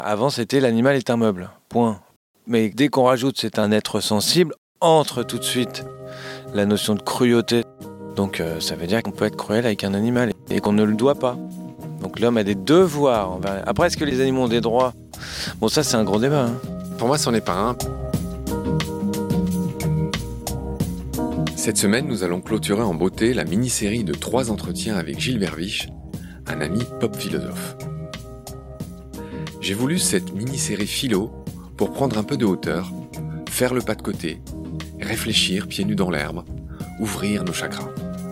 Avant, c'était l'animal est un meuble, point. Mais dès qu'on rajoute c'est un être sensible, entre tout de suite la notion de cruauté. Donc ça veut dire qu'on peut être cruel avec un animal et qu'on ne le doit pas. Donc l'homme a des devoirs. Après, est-ce que les animaux ont des droits ? Bon, ça c'est un gros débat. Pour moi, c'en est pas un. Cette semaine, nous allons clôturer en beauté la mini-série de 3 entretiens avec Gilles Verviche, un ami pop philosophe. J'ai voulu cette mini-série philo pour prendre un peu de hauteur, faire le pas de côté, réfléchir pieds nus dans l'herbe, ouvrir nos chakras.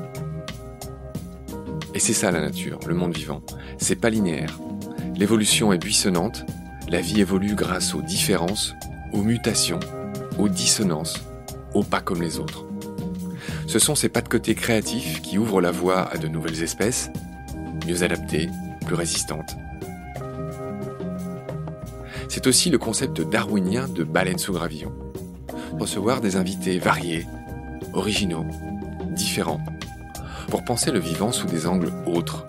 Et c'est ça la nature, le monde vivant. C'est pas linéaire. L'évolution est buissonnante, la vie évolue grâce aux différences, aux mutations, aux dissonances, aux pas comme les autres. Ce sont ces pas de côté créatifs qui ouvrent la voie à de nouvelles espèces, mieux adaptées, plus résistantes. C'est aussi le concept darwinien de baleine sous gravillon. Recevoir des invités variés, originaux, différents, pour penser le vivant sous des angles autres.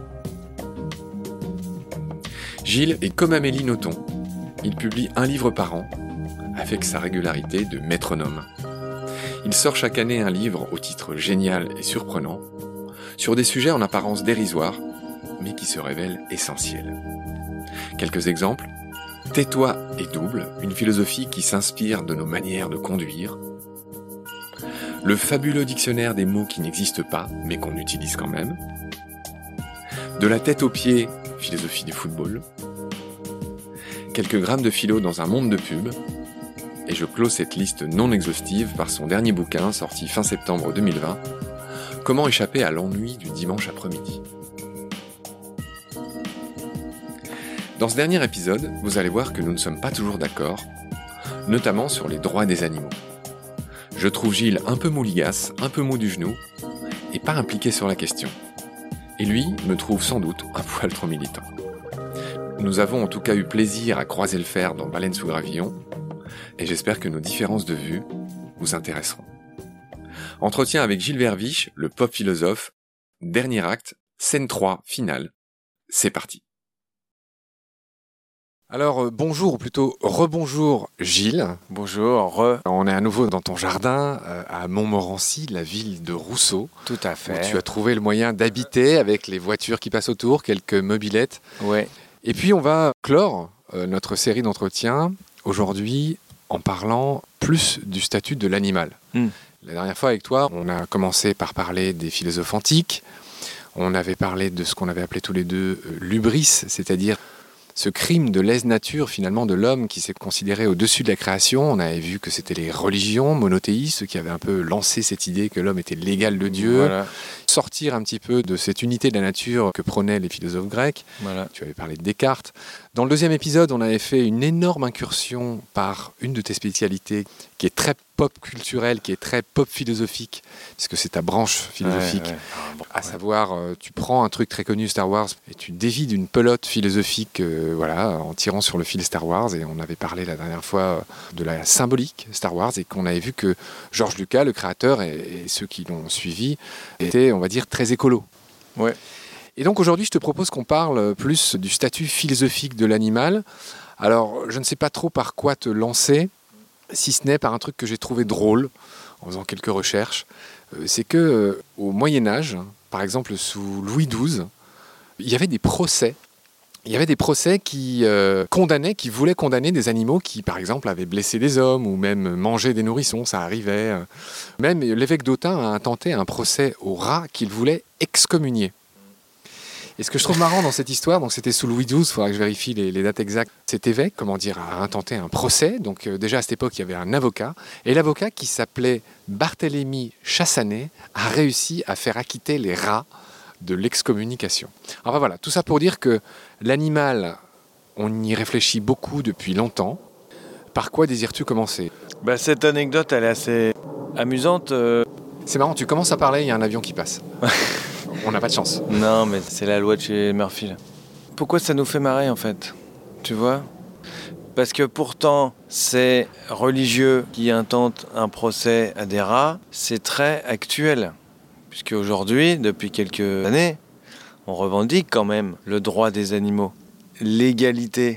Gilles est comme Amélie Nothomb. Il publie un livre par an, avec sa régularité de métronome. Il sort chaque année un livre au titre génial et surprenant, sur des sujets en apparence dérisoires, mais qui se révèlent essentiels. Quelques exemples. Tais-toi et double, une philosophie qui s'inspire de nos manières de conduire. Le fabuleux dictionnaire des mots qui n'existent pas, mais qu'on utilise quand même. De la tête aux pieds, philosophie du football. Quelques grammes de philo dans un monde de pub. Et je clôt cette liste non exhaustive par son dernier bouquin sorti fin septembre 2020, Comment échapper à l'ennui du dimanche après-midi. Dans ce dernier épisode, vous allez voir que nous ne sommes pas toujours d'accord, notamment sur les droits des animaux. Je trouve Gilles un peu mouligasse, un peu mou du genou, et pas impliqué sur la question. Et lui me trouve sans doute un poil trop militant. Nous avons en tout cas eu plaisir à croiser le fer dans Baleine sous gravillon, et j'espère que nos différences de vue vous intéresseront. Entretien avec Gilles Verviche, le pop philosophe, dernier acte, scène 3, finale. C'est parti. Alors bonjour, ou plutôt rebonjour Gilles. Bonjour, On est à nouveau dans ton jardin à Montmorency, la ville de Rousseau. Tout à fait. Où tu as trouvé le moyen d'habiter avec les voitures qui passent autour, quelques mobylettes. Ouais. Et puis on va clore notre série d'entretiens aujourd'hui en parlant plus du statut de l'animal. La dernière fois avec toi, on a commencé par parler des philosophes antiques. On avait parlé de ce qu'on avait appelé tous les deux l'hubris, c'est-à-dire ce crime de lèse-nature finalement de l'homme qui s'est considéré au-dessus de la création. On avait vu que c'était les religions monothéistes qui avaient un peu lancé cette idée que l'homme était l'égal de Dieu. Voilà. Sortir un petit peu de cette unité de la nature que prônaient les philosophes grecs. Voilà. Tu avais parlé de Descartes. Dans le deuxième épisode, on avait fait une énorme incursion par une de tes spécialités qui est très pop culturelle, qui est très pop philosophique, puisque c'est ta branche philosophique. À savoir, tu prends un truc très connu, Star Wars, et tu dévies d'une pelote philosophique en tirant sur le fil Star Wars. Et on avait parlé la dernière fois de la symbolique Star Wars, et qu'on avait vu que George Lucas, le créateur, et ceux qui l'ont suivi, étaient, on va dire, très écolos. Ouais. Et donc aujourd'hui, je te propose qu'on parle plus du statut philosophique de l'animal. Alors, je ne sais pas trop par quoi te lancer, si ce n'est par un truc que j'ai trouvé drôle en faisant quelques recherches. C'est que au Moyen-Âge, par exemple sous Louis XII, il y avait des procès. Il y avait des procès qui voulaient condamner des animaux qui, par exemple, avaient blessé des hommes ou même mangé des nourrissons, ça arrivait. Même l'évêque d'Autun a intenté un procès aux rats qu'il voulait excommunier. Et ce que je trouve marrant dans cette histoire, donc c'était sous Louis XII, il faudra que je vérifie les dates exactes, cet évêque, a intenté un procès. Donc déjà à cette époque, il y avait un avocat. Et l'avocat, qui s'appelait Barthélemy Chassanet, a réussi à faire acquitter les rats de l'excommunication. Enfin voilà, tout ça pour dire que l'animal, on y réfléchit beaucoup depuis longtemps. Par quoi désires-tu commencer ? Cette anecdote, elle est assez amusante. C'est marrant, tu commences à parler, il y a un avion qui passe. On n'a pas de chance. Non, mais c'est la loi de chez Murphy. Là. Pourquoi ça nous fait marrer, en fait ? Tu vois ? Parce que pourtant, c'est religieux qui intente un procès à des rats. C'est très actuel. Puisque aujourd'hui, depuis quelques années, on revendique quand même le droit des animaux, l'égalité.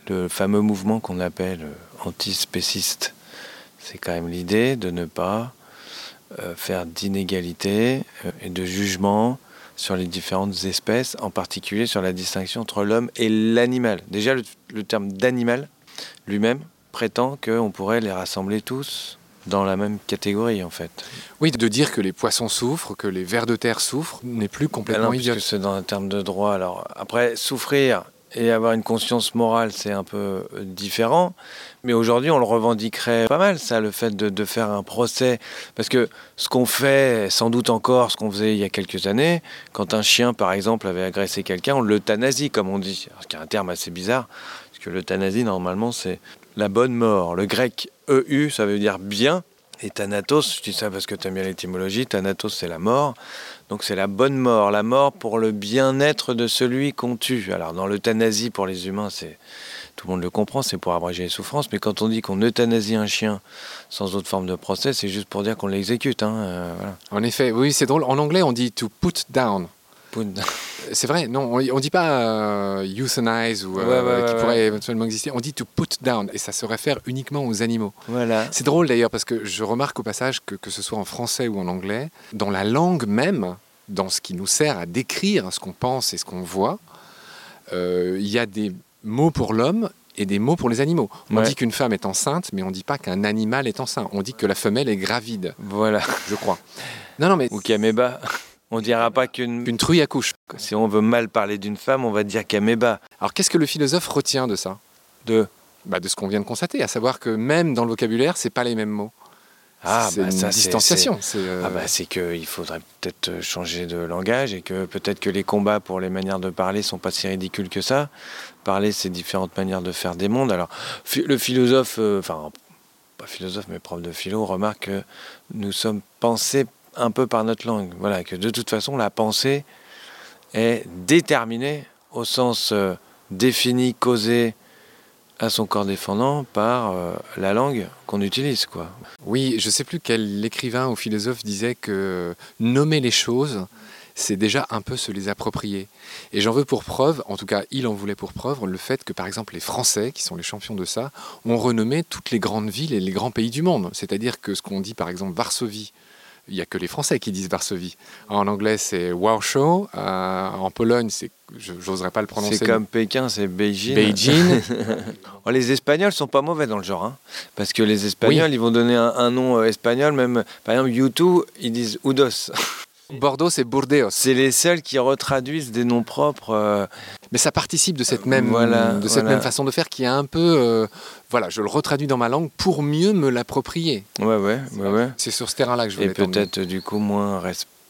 le fameux mouvement qu'on appelle antispéciste. C'est quand même l'idée de ne pas faire d'inégalité et de jugement sur les différentes espèces, en particulier sur la distinction entre l'homme et l'animal. Déjà, le terme d'animal lui-même prétend qu'on pourrait les rassembler tous dans la même catégorie, en fait. Oui, de dire que les poissons souffrent, que les vers de terre souffrent, n'est plus complètement idiot. Puisque c'est dans un terme de droit. Alors, après, souffrir et avoir une conscience morale, c'est un peu différent. Mais aujourd'hui, on le revendiquerait pas mal, ça, le fait de faire un procès. Parce que ce qu'on fait, sans doute encore, ce qu'on faisait il y a quelques années, quand un chien, par exemple, avait agressé quelqu'un, on l'euthanasie, comme on dit. Ce qui est un terme assez bizarre, parce que l'euthanasie, normalement, c'est la bonne mort. Le grec EU, ça veut dire bien. Et Thanatos, je dis ça parce que tu aimes bien l'étymologie, Thanatos, c'est la mort. Donc c'est la bonne mort, la mort pour le bien-être de celui qu'on tue. Alors dans l'euthanasie, pour les humains, tout le monde le comprend, c'est pour abréger les souffrances. Mais quand on dit qu'on euthanasie un chien sans autre forme de procès, c'est juste pour dire qu'on l'exécute. Voilà. En effet, oui, c'est drôle. En anglais, on dit to put down. C'est vrai, non, on ne dit pas euthanize ou qui pourrait éventuellement exister. On dit to put down et ça se réfère uniquement aux animaux. Voilà. C'est drôle d'ailleurs parce que je remarque au passage que ce soit en français ou en anglais, dans la langue même, dans ce qui nous sert à décrire ce qu'on pense et ce qu'on voit, il y a des mots pour l'homme et des mots pour les animaux. On dit qu'une femme est enceinte, mais on ne dit pas qu'un animal est enceint. On dit que la femelle est gravide. Voilà. Je crois. Non, mais... Ou qu'améba. On ne dira pas qu'une truie accouche. Si on veut mal parler d'une femme, on va dire qu'améba. Alors qu'est-ce que le philosophe retient de ça ? De ce qu'on vient de constater, à savoir que même dans le vocabulaire, c'est pas les mêmes mots. C'est une distanciation. C'est qu'il faudrait peut-être changer de langage et que peut-être que les combats pour les manières de parler sont pas si ridicules que ça. Parler, c'est différentes manières de faire des mondes. Alors, le philosophe, pas philosophe, mais prof de philo, remarque que nous sommes pensés un peu par notre langue. Voilà, que de toute façon, la pensée est déterminée au sens défini, causé à son corps défendant par la langue qu'on utilise, quoi. Oui, je ne sais plus quel écrivain ou philosophe disait que nommer les choses, c'est déjà un peu se les approprier. Et j'en veux pour preuve, en tout cas il en voulait pour preuve, le fait que par exemple les Français, qui sont les champions de ça, ont renommé toutes les grandes villes et les grands pays du monde. C'est-à-dire que ce qu'on dit par exemple Varsovie, il n'y a que les Français qui disent Varsovie. En anglais, c'est Warsaw. En Pologne, j'oserais pas le prononcer. C'est comme Pékin, c'est Beijing. Les Espagnols sont pas mauvais dans le genre. Parce que les Espagnols, ils vont donner un nom espagnol. Même, par exemple, U2, ils disent Udos. Bordeaux, c'est Burdeos. C'est les seuls qui retraduisent des noms propres. Mais ça participe de cette même, même façon de faire qui est un peu... je le retraduis dans ma langue pour mieux me l'approprier. Ouais. C'est sur ce terrain-là que je voulais t'emmener. Et peut-être, du coup, moins...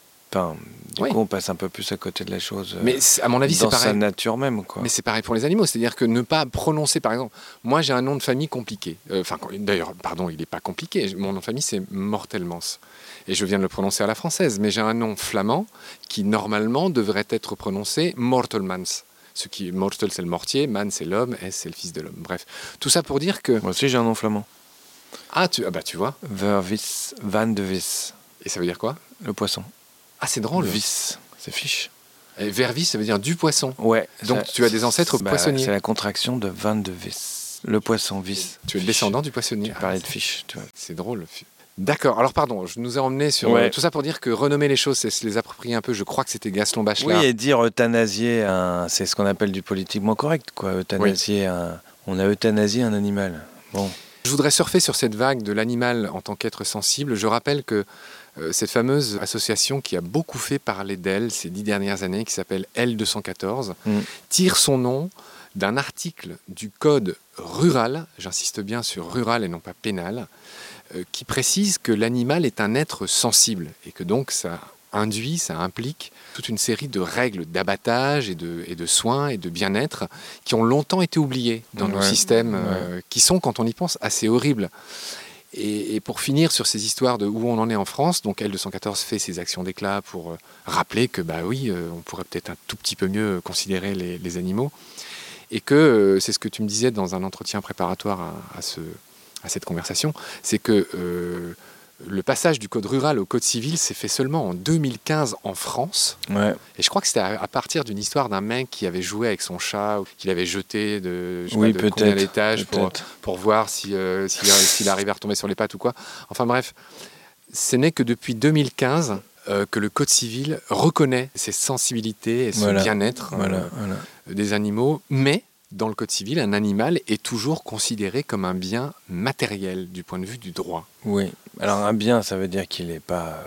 Du coup, on passe un peu plus à côté de la chose. Mais à mon avis, c'est pareil. Dans sa nature même, quoi. Mais c'est pareil pour les animaux. C'est-à-dire que ne pas prononcer, par exemple... Moi, j'ai un nom de famille compliqué. D'ailleurs, il n'est pas compliqué. Mon nom de famille, c'est Mortelmans. Et je viens de le prononcer à la française. Mais j'ai un nom flamand qui, normalement, devrait être prononcé Mortelmans. Mortel, c'est le mortier, man, c'est l'homme, S, c'est le fils de l'homme. Bref, tout ça pour dire que... Moi aussi, j'ai un nom flamand. Tu vois. Vervis, van de vis. Et ça veut dire quoi ? Le poisson. Ah, c'est drôle. Vis, c'est fiche. Et vervis, ça veut dire du poisson. Ouais. Donc tu as des ancêtres poissonniers. C'est la contraction de van de vis. Le poisson, vis. Tu es le descendant du poissonnier. Tu parlais de fiche, tu vois. C'est drôle. D'accord, alors pardon, je nous ai emmené sur tout ça pour dire que renommer les choses, c'est se les approprier un peu. Je crois que c'était Gaston Bachelard. Oui, et dire euthanasier, c'est ce qu'on appelle du politiquement correct, quoi. Euthanasier, on a euthanasié un animal. Bon. Je voudrais surfer sur cette vague de l'animal en tant qu'être sensible. Je rappelle que cette fameuse association qui a beaucoup fait parler d'elle ces 10 dernières années, qui s'appelle L214, tire son nom d'un article du code rural, j'insiste bien sur rural et non pas pénal, qui précise que l'animal est un être sensible et que donc ça implique toute une série de règles d'abattage et de soins et de bien-être qui ont longtemps été oubliées dans nos systèmes, qui sont, quand on y pense, assez horribles. Et pour finir sur ces histoires de où on en est en France, donc L214 fait ses actions d'éclat pour rappeler que, on pourrait peut-être un tout petit peu mieux considérer les animaux, et que, c'est ce que tu me disais dans un entretien préparatoire à cette conversation, c'est que Le passage du code rural au code civil s'est fait seulement en 2015 en France. Ouais. Et je crois que c'était à partir d'une histoire d'un mec qui avait joué avec son chat, ou qu'il avait jeté de, je sais Oui, pas, de combien peut-être. d'étages pour voir s'il arrivait à retomber sur les pattes ou quoi. Enfin bref, ce n'est que depuis 2015 que le code civil reconnaît ces sensibilités et ce bien-être des animaux, mais dans le code civil, un animal est toujours considéré comme un bien matériel du point de vue du droit. Oui. Alors un bien, ça veut dire qu'il n'est pas...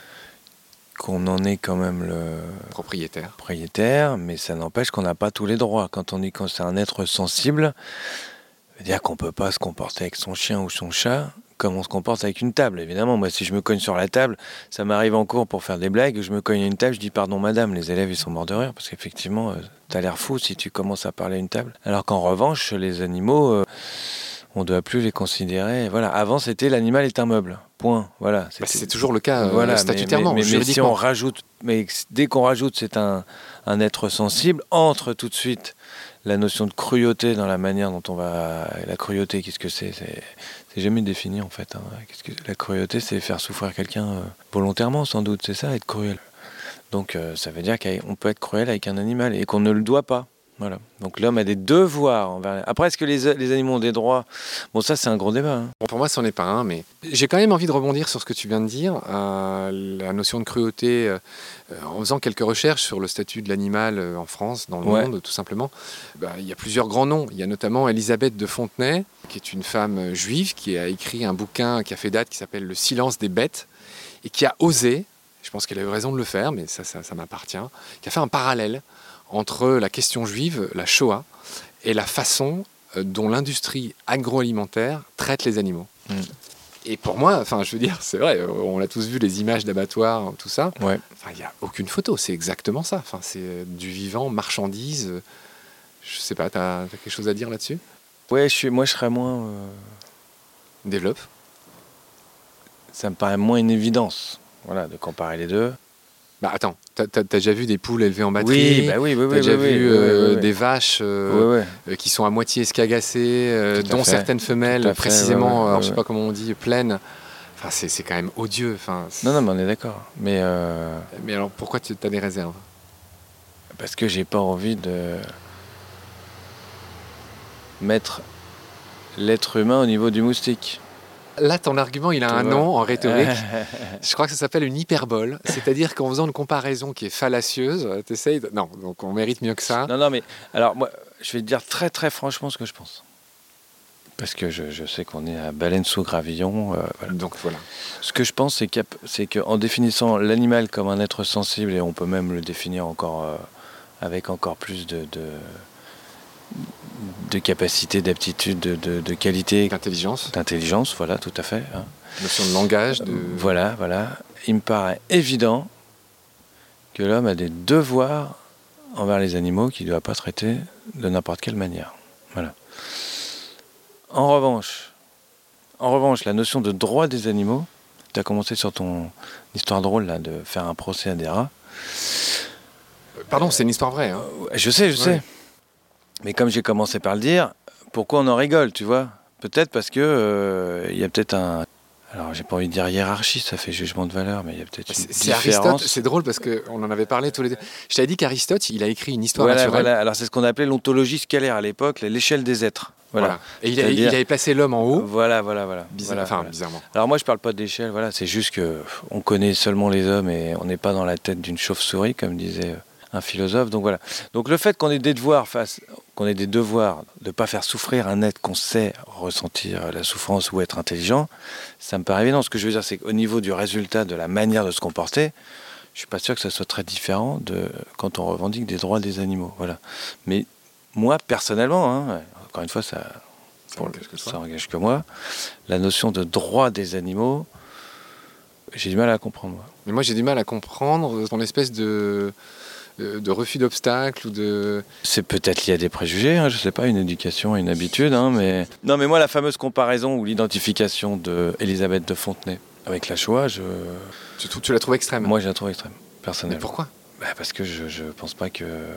qu'on en est quand même le propriétaire, mais ça n'empêche qu'on n'a pas tous les droits. Quand on dit que c'est un être sensible, ça veut dire qu'on ne peut pas se comporter avec son chien ou son chat comme on se comporte avec une table. Évidemment, moi, si je me cogne sur la table, ça m'arrive en cours pour faire des blagues, je me cogne à une table, je dis pardon madame, les élèves ils sont morts de rire, parce qu'effectivement, t'as l'air fou si tu commences à parler à une table. Alors qu'en revanche, les animaux, on ne doit plus les considérer. Voilà. Avant, c'était l'animal est un meuble. Point. Voilà. C'est toujours le cas statutairement, mais juridiquement. Si on rajoute, dès qu'on rajoute, c'est un être sensible, entre tout de suite la notion de cruauté dans la manière dont on va... La cruauté, qu'est-ce que c'est jamais défini en fait. Hein. La cruauté, c'est faire souffrir quelqu'un volontairement, sans doute. C'est ça, être cruel. Donc ça veut dire qu'on peut être cruel avec un animal et qu'on ne le doit pas. Voilà. Donc l'homme a des devoirs envers... Après, est-ce que les animaux ont des droits ? Bon, ça, c'est un gros débat. Hein. Bon, pour moi, c'en est pas un, mais j'ai quand même envie de rebondir sur ce que tu viens de dire. La notion de cruauté, en faisant quelques recherches sur le statut de l'animal en France, dans le monde, tout simplement, il y a plusieurs grands noms. Il y a notamment Élisabeth de Fontenay, qui est une femme juive, qui a écrit un bouquin qui a fait date, qui s'appelle « Le silence des bêtes », et qui a osé, je pense qu'elle a eu raison de le faire, mais ça m'appartient, qui a fait un parallèle entre la question juive, la Shoah, et la façon dont l'industrie agroalimentaire traite les animaux. Et pour moi, je veux dire, c'est vrai, on a tous vu les images d'abattoirs, tout ça. Ouais. Il n'y a aucune photo, c'est exactement ça. C'est du vivant, marchandise. Je sais pas, t'as quelque chose à dire là-dessus ? Ouais, moi je serais moins... Développe. Ça me paraît moins une évidence, voilà, de comparer les deux. Attends, t'as déjà vu des poules élevées en batterie ? Oui. T'as déjà vu des vaches qui sont à moitié escagacées, dont certaines femelles, précisément, alors, je sais pas comment on dit, pleines. C'est quand même odieux. Non, mais on est d'accord. Mais alors, pourquoi tu as des réserves ? Parce que j'ai pas envie de mettre l'être humain au niveau du moustique. Là, ton argument, il a un nom en rhétorique. Je crois que ça s'appelle une hyperbole. C'est-à-dire qu'en faisant une comparaison qui est fallacieuse, t'essayes de... Non, donc on mérite mieux que ça. Non, mais alors, moi, je vais te dire très, très franchement ce que je pense. Parce que je sais qu'on est à baleine sous gravillon. Voilà. Donc voilà. Ce que je pense, c'est qu'en définissant l'animal comme un être sensible, et on peut même le définir encore avec encore plus de capacité, d'aptitude, de qualité. D'intelligence, voilà, tout à fait. Hein. Notion de langage. Voilà. Il me paraît évident que l'homme a des devoirs envers les animaux qu'il ne doit pas traiter de n'importe quelle manière. Voilà. En revanche, la notion de droit des animaux, tu as commencé sur ton histoire drôle là, de faire un procès à des rats. Pardon, c'est une histoire vraie. Hein. Je sais. Mais comme j'ai commencé par le dire, pourquoi on en rigole, tu vois ? Peut-être parce que y a peut-être un... Alors, j'ai pas envie de dire hiérarchie, ça fait jugement de valeur, mais il y a peut-être une différence. Aristote, c'est drôle parce qu'on en avait parlé tous les deux. Je t'avais dit qu'Aristote, il a écrit une histoire naturelle. Voilà. Alors, c'est ce qu'on appelait l'ontologie scalaire à l'époque, l'échelle des êtres. Voilà. Et il avait placé l'homme en haut. Voilà. Bizarrement. Alors, moi, je parle pas d'échelle, voilà. C'est juste qu'on connaît seulement les hommes et on n'est pas dans la tête d'une chauve-souris, comme disait un philosophe. Donc, voilà. Donc, le fait qu'on ait des devoirs de ne pas faire souffrir un être qu'on sait ressentir la souffrance ou être intelligent, ça me paraît évident. Ce que je veux dire, c'est qu'au niveau du résultat, de la manière de se comporter, je ne suis pas sûr que ça soit très différent de quand on revendique des droits des animaux. Voilà. Mais moi, personnellement, encore une fois, ça engage que moi, la notion de droit des animaux, j'ai du mal à la comprendre. Moi. Mais moi, j'ai du mal à comprendre ton espèce de refus d'obstacles ou de... C'est peut-être lié à des préjugés, je sais pas, une éducation, une habitude, mais... Non, mais moi, la fameuse comparaison ou l'identification d'Élisabeth de Fontenay avec la Shoah, Tu la trouves extrême ? Moi, je la trouve extrême, personnellement. Mais pourquoi ? Parce que je pense pas que...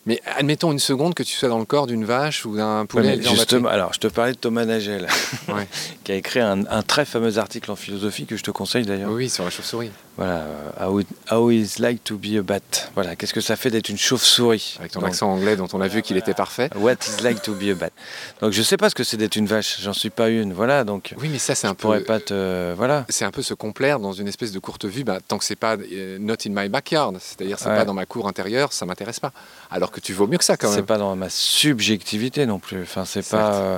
Mais admettons une seconde que tu sois dans le corps d'une vache ou d'un poulet. Justement, alors je te parlais de Thomas Nagel, Ouais. qui a écrit un très fameux article en philosophie que je te conseille d'ailleurs. Oui, sur la chauve-souris. Voilà, how is like to be a bat. Voilà, qu'est-ce que ça fait d'être une chauve-souris. Avec ton accent anglais dont on a vu qu'il était parfait. What is like to be a bat. Donc je sais pas ce que c'est d'être une vache, j'en suis pas une. Voilà, donc. Oui, mais ça c'est un peu. Pourrais pas te, voilà. C'est un peu se complaire dans une espèce de courte vue. Tant que c'est pas not in my backyard, c'est-à-dire c'est pas dans ma cour intérieure, ça m'intéresse pas. Alors que tu vaux mieux que ça quand même. C'est pas dans ma subjectivité non plus. Enfin, c'est pas.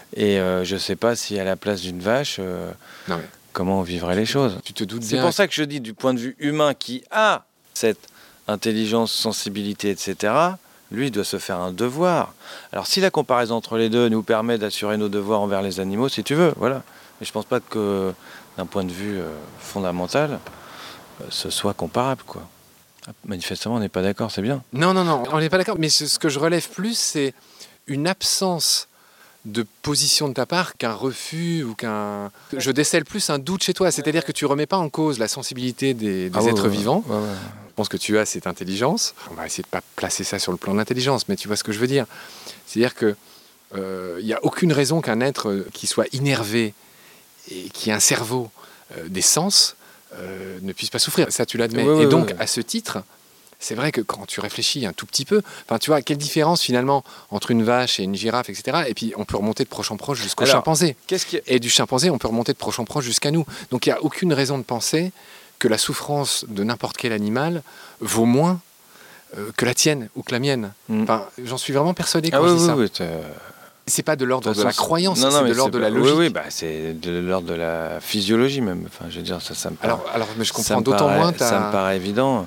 Je sais pas si à la place d'une vache. Non, mais comment on vivrait les choses. Tu te doutes bien. C'est pour ça que je dis, du point de vue humain, qui a cette intelligence, sensibilité, etc., lui doit se faire un devoir. Alors si la comparaison entre les deux nous permet d'assurer nos devoirs envers les animaux, si tu veux, voilà. Mais je pense pas que, d'un point de vue fondamental, ce soit comparable, quoi. Manifestement, on n'est pas d'accord, c'est bien. Non, on n'est pas d'accord. Mais ce que je relève plus, c'est une absence de position de ta part qu'un refus ou qu'un... Je décèle plus un doute chez toi, c'est-à-dire que tu remets pas en cause la sensibilité des êtres vivants. Ouais. Je pense que tu as cette intelligence. On va essayer de pas placer ça sur le plan de l'intelligence, mais tu vois ce que je veux dire. C'est-à-dire que il n'y a aucune raison qu'un être qui soit innervé et qui a un cerveau des sens ne puisse pas souffrir. Ça, tu l'admets. Et donc, à ce titre... C'est vrai que quand tu réfléchis un tout petit peu, tu vois, quelle différence finalement entre une vache et une girafe, etc. Et puis on peut remonter de proche en proche jusqu'au chimpanzé. Et du chimpanzé, on peut remonter de proche en proche jusqu'à nous. Donc il n'y a aucune raison de penser que la souffrance de n'importe quel animal vaut moins que la tienne ou que la mienne. J'en suis vraiment persuadé quand je dis ça. C'est pas de l'ordre de la croyance, c'est de l'ordre de la logique. Oui, c'est de l'ordre de la physiologie même. Enfin, je veux dire, ça me paraît. Alors, mais je comprends d'autant moins. Ça me paraît évident.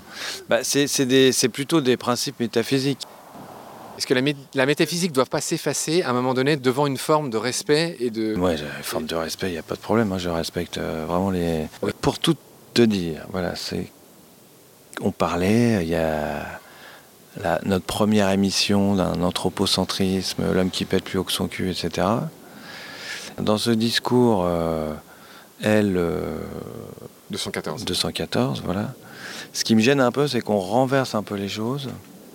C'est plutôt des principes métaphysiques. Est-ce que la métaphysique ne doit pas s'effacer à un moment donné devant une forme de respect et de... Oui, une forme de respect, il n'y a pas de problème. Je respecte vraiment les... Oui. Pour tout te dire, voilà, on parlait, il y a... notre première émission d'un anthropocentrisme, l'homme qui pète plus haut que son cul, etc. Dans ce discours, 214, voilà. Ce qui me gêne un peu, c'est qu'on renverse un peu les choses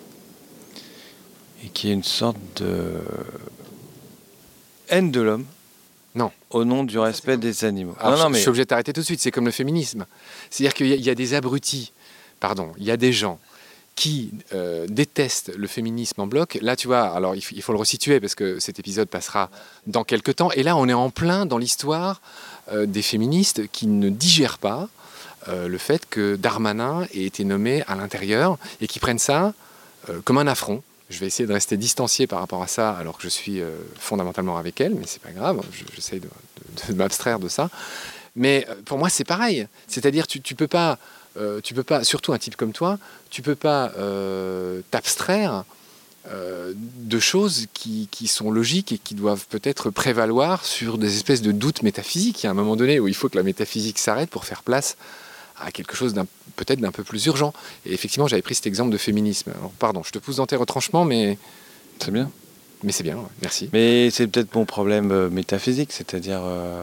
et qu'il y ait une sorte de haine de l'homme. Non. Au nom du respect des animaux. Alors, je suis obligé de t'arrêter tout de suite, c'est comme le féminisme. C'est-à-dire qu'il y a des abrutis, il y a des gens qui détestent le féminisme en bloc. Là, tu vois, alors il faut le resituer parce que cet épisode passera dans quelques temps. Et là, on est en plein dans l'histoire des féministes qui ne digèrent pas le fait que Darmanin ait été nommé à l'intérieur et qui prennent ça comme un affront. Je vais essayer de rester distancié par rapport à ça alors que je suis fondamentalement avec elle, mais c'est pas grave, j'essaie de m'abstraire de ça. Mais pour moi, c'est pareil. C'est-à-dire, tu peux pas, surtout un type comme toi, tu peux pas t'abstraire de choses qui sont logiques et qui doivent peut-être prévaloir sur des espèces de doutes métaphysiques. Il y a un moment donné où il faut que la métaphysique s'arrête pour faire place à quelque chose peut-être d'un peu plus urgent. Et effectivement, j'avais pris cet exemple de féminisme. Alors, pardon, je te pousse dans tes retranchements, mais... C'est bien. Mais c'est bien, ouais, merci. Mais c'est peut-être mon problème métaphysique, c'est-à-dire...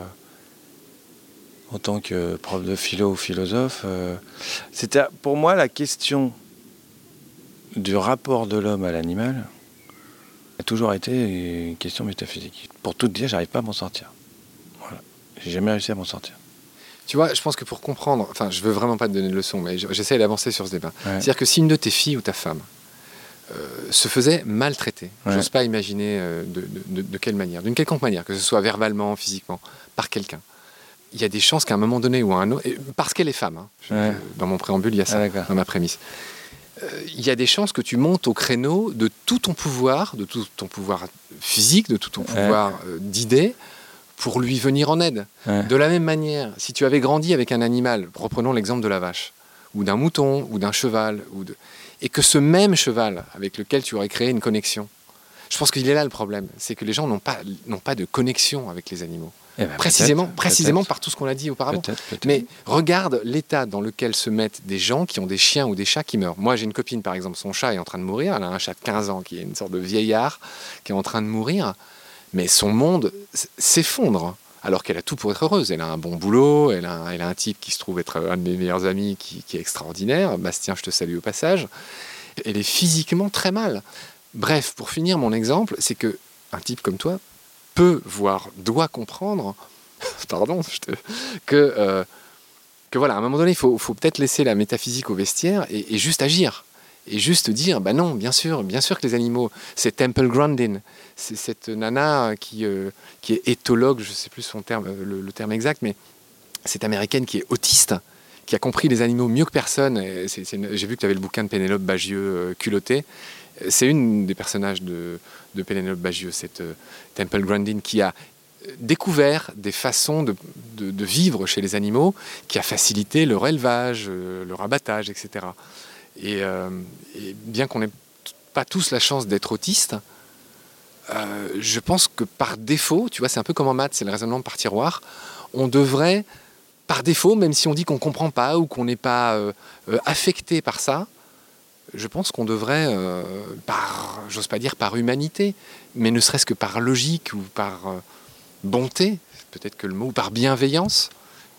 en tant que prof de philo ou philosophe, c'était pour moi la question du rapport de l'homme à l'animal a toujours été une question métaphysique. Pour tout te dire, j'arrive pas à m'en sortir. Voilà. J'ai jamais réussi à m'en sortir. Tu vois, je pense que pour comprendre, enfin, je veux vraiment pas te donner de leçon, mais j'essaie d'avancer sur ce débat. Ouais. C'est-à-dire que si une de tes filles ou ta femme se faisait maltraiter, j'ose pas imaginer de quelle manière, d'une quelconque manière, que ce soit verbalement, physiquement, par quelqu'un, il y a des chances qu'à un moment donné ou à un autre, parce qu'elle est femme, dans mon préambule, il y a ça, dans ma prémisse, il y a des chances que tu montes au créneau de tout ton pouvoir physique, de tout ton pouvoir d'idées, pour lui venir en aide. De la même manière, si tu avais grandi avec un animal, reprenons l'exemple de la vache, ou d'un mouton, ou d'un cheval, et que ce même cheval avec lequel tu aurais créé une connexion, je pense qu'il est là le problème, c'est que les gens n'ont pas de connexion avec les animaux. Précisément par tout ce qu'on a dit auparavant. Peut-être. Mais regarde l'état dans lequel se mettent des gens qui ont des chiens ou des chats qui meurent. Moi, j'ai une copine, par exemple, son chat est en train de mourir. Elle a un chat de 15 ans qui est une sorte de vieillard qui est en train de mourir. Mais son monde s'effondre alors qu'elle a tout pour être heureuse. Elle a un bon boulot, elle a un type qui se trouve être un de mes meilleurs amis qui est extraordinaire. Bastien, je te salue au passage. Elle est physiquement très mal. Bref, pour finir mon exemple, c'est que un type comme toi peut, voire doit comprendre, pardon, que voilà, à un moment donné, il faut peut-être laisser la métaphysique au vestiaire et juste agir. Et juste dire, bah non, bien sûr que les animaux, c'est Temple Grandin, c'est cette nana qui est éthologue, je ne sais plus son terme, le terme exact, mais cette américaine qui est autiste, qui a compris les animaux mieux que personne. J'ai vu que tu avais le bouquin de Pénélope Bagieux, Culotté. C'est une des personnages de Pénélope Bagieux, cette Temple Grandin, qui a découvert des façons de vivre chez les animaux, qui a facilité leur élevage, leur abattage, etc. Et bien qu'on n'ait pas tous la chance d'être autistes, je pense que par défaut, tu vois, c'est un peu comme en maths, c'est le raisonnement par tiroir, on devrait, par défaut, même si on dit qu'on ne comprend pas ou qu'on n'est pas affecté par ça, je pense qu'on devrait, j'ose pas dire par humanité, mais ne serait-ce que par logique ou par bonté, peut-être que le mot, ou par bienveillance,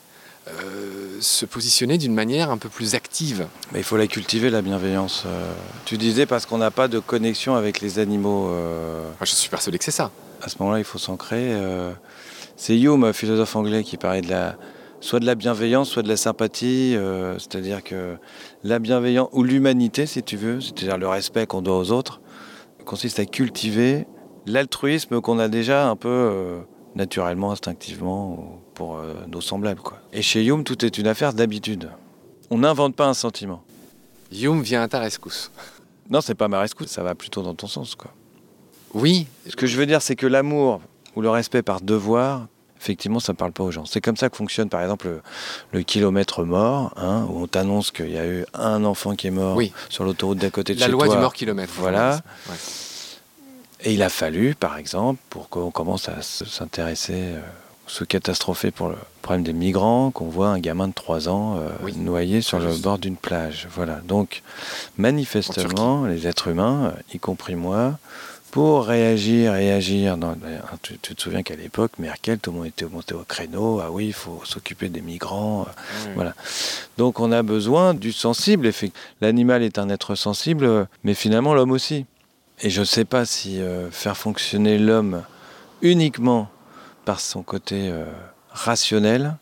se positionner d'une manière un peu plus active. Mais il faut la cultiver, la bienveillance. Tu disais parce qu'on n'a pas de connexion avec les animaux. Moi, je suis persuadé que c'est ça. À ce moment-là, il faut s'ancrer. C'est Hume, philosophe anglais, qui parlait soit de la bienveillance, soit de la sympathie. C'est-à-dire que la bienveillance, ou l'humanité, si tu veux, c'est-à-dire le respect qu'on doit aux autres, consiste à cultiver l'altruisme qu'on a déjà un peu naturellement, instinctivement, pour nos semblables, quoi. Et chez Hume, tout est une affaire d'habitude. On n'invente pas un sentiment. Hume vient à ta rescousse. Non, c'est pas ma rescousse, ça va plutôt dans ton sens, quoi. Oui. Ce que je veux dire, c'est que l'amour ou le respect par devoir, effectivement, ça ne parle pas aux gens. C'est comme ça que fonctionne, par exemple, le kilomètre mort, hein, où on t'annonce qu'il y a eu un enfant qui est mort sur l'autoroute d'à côté de chez toi. La loi du mort kilomètre. Voilà. Ouais. Et il a fallu, par exemple, pour qu'on commence à s'intéresser, se catastropher pour le problème des migrants, qu'on voit un gamin de 3 ans noyé sur le bord d'une plage. Voilà. Donc, manifestement, les êtres humains, y compris moi, pour réagir et agir. Tu te souviens qu'à l'époque, Merkel, tout le monde était monté au créneau. Ah oui, il faut s'occuper des migrants. Voilà. Donc, on a besoin du sensible. L'animal est un être sensible, mais finalement, l'homme aussi. Et je ne sais pas si faire fonctionner l'homme uniquement par son côté rationnel,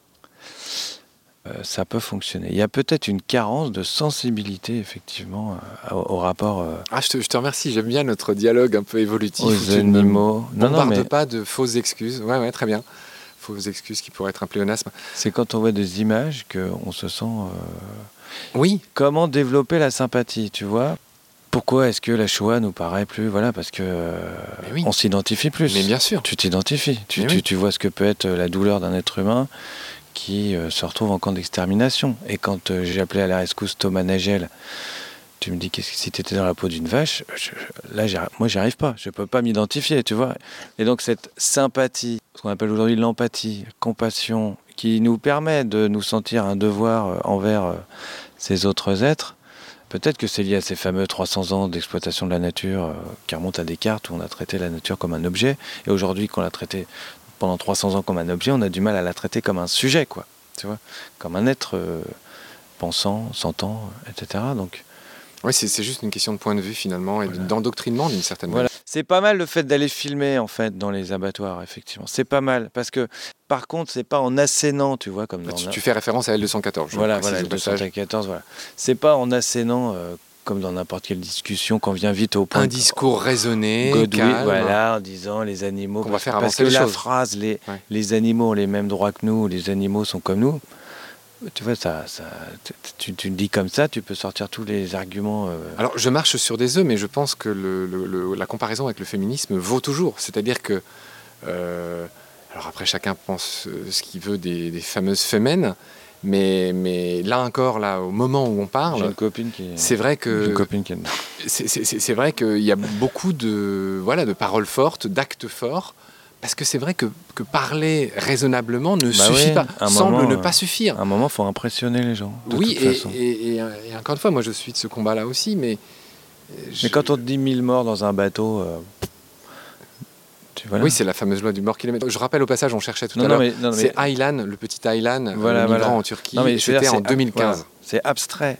ça peut fonctionner. Il y a peut-être une carence de sensibilité, effectivement, au rapport... je te remercie, j'aime bien notre dialogue un peu évolutif. Aux animaux. Ne bombarde pas de fausses excuses. Ouais, très bien. Fausses excuses qui pourraient être un pléonasme. C'est quand on voit des images qu'on se sent... Oui. Comment développer la sympathie, tu vois ? Pourquoi est-ce que la Shoah nous paraît plus... Voilà, parce que on s'identifie plus. Mais bien sûr. Tu t'identifies. Tu vois ce que peut être la douleur d'un être humain qui se retrouve en camp d'extermination. Et quand j'ai appelé à la rescousse Thomas Nagel, tu me dis que si tu étais dans la peau d'une vache, moi j'y arrive pas. Je peux pas m'identifier, tu vois. Et donc cette sympathie, ce qu'on appelle aujourd'hui l'empathie, la compassion, qui nous permet de nous sentir un devoir envers ces autres êtres, peut-être que c'est lié à ces fameux 300 ans d'exploitation de la nature qui remontent à Descartes, où on a traité la nature comme un objet. Et aujourd'hui, qu'on l'a traité pendant 300 ans comme un objet, on a du mal à la traiter comme un sujet, quoi. Tu vois, comme un être pensant, sentant, etc. Donc, oui, c'est juste une question de point de vue, finalement, et d'endoctrinement, d'une certaine manière. C'est pas mal le fait d'aller filmer, en fait, dans les abattoirs, effectivement. C'est pas mal, parce que, par contre, c'est pas en assénant, tu vois, comme tu fais référence à L214. Voilà, L214, voilà. C'est pas en assénant... comme dans n'importe quelle discussion, qu'on vient vite au point. Un discours raisonné, calme. Voilà, en disant les animaux... On va faire parce avancer que les la choses. Phrase, les animaux ont les mêmes droits que nous, les animaux sont comme nous, tu vois, tu le dis comme ça, tu peux sortir tous les arguments... Alors, je marche sur des œufs, mais je pense que la comparaison avec le féminisme vaut toujours. C'est-à-dire que... alors après, chacun pense ce qu'il veut des fameuses femmes. Mais là encore, là, au moment où on parle, j'ai une copine qui c'est vrai que j'ai une copine qui est dedans. C'est vrai qu'il y a beaucoup de paroles fortes, d'actes forts, parce que c'est vrai que parler raisonnablement ne suffit pas, semble ne pas suffire. À un moment, il faut impressionner les gens. Et encore une fois, moi je suis de ce combat-là aussi, mais quand on te dit 1000 morts dans un bateau. Voilà. Oui, c'est la fameuse loi du mort kilomètre. Je rappelle au passage, on cherchait tout à l'heure. C'est Aylan, le petit Aylan, migrant en Turquie. C'était en 2015. C'est abstrait.